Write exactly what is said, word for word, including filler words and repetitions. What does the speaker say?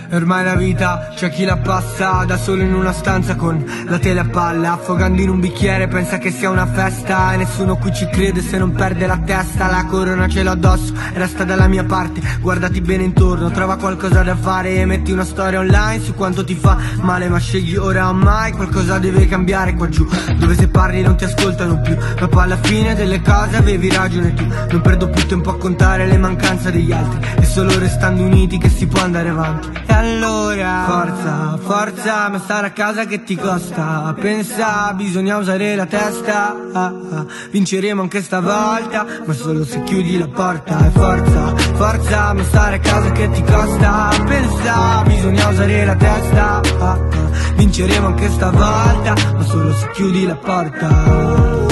E ormai la vita c'è chi la passa da solo in una stanza con la tele a palla, affogando in un bicchiere, pensa che sia una festa e nessuno qui ci crede se non perde la testa. La corona ce l'ho addosso, resta dalla mia parte, guardati bene intorno, trova qualcosa da fare e metti una storia online su quanto ti fa male, ma scegli ora o mai, qualcosa deve cambiare qua giù, dove se parli non ti ascoltano più, ma poi alla fine delle cose avevi ragione tu. Non perdo più tempo a contare le mancanze degli altri, è solo restando uniti che si può andare avanti. E allora forza, forza, ma stare a casa che ti costa? Pensa, bisogna usare la testa, ah, ah. Vinceremo anche stavolta, ma solo se chiudi la porta. E forza, forza, ma stare a casa che ti costa? Pensa, bisogna usare la testa, ah, ah. Vinceremo anche stavolta, ma solo se chiudi la porta.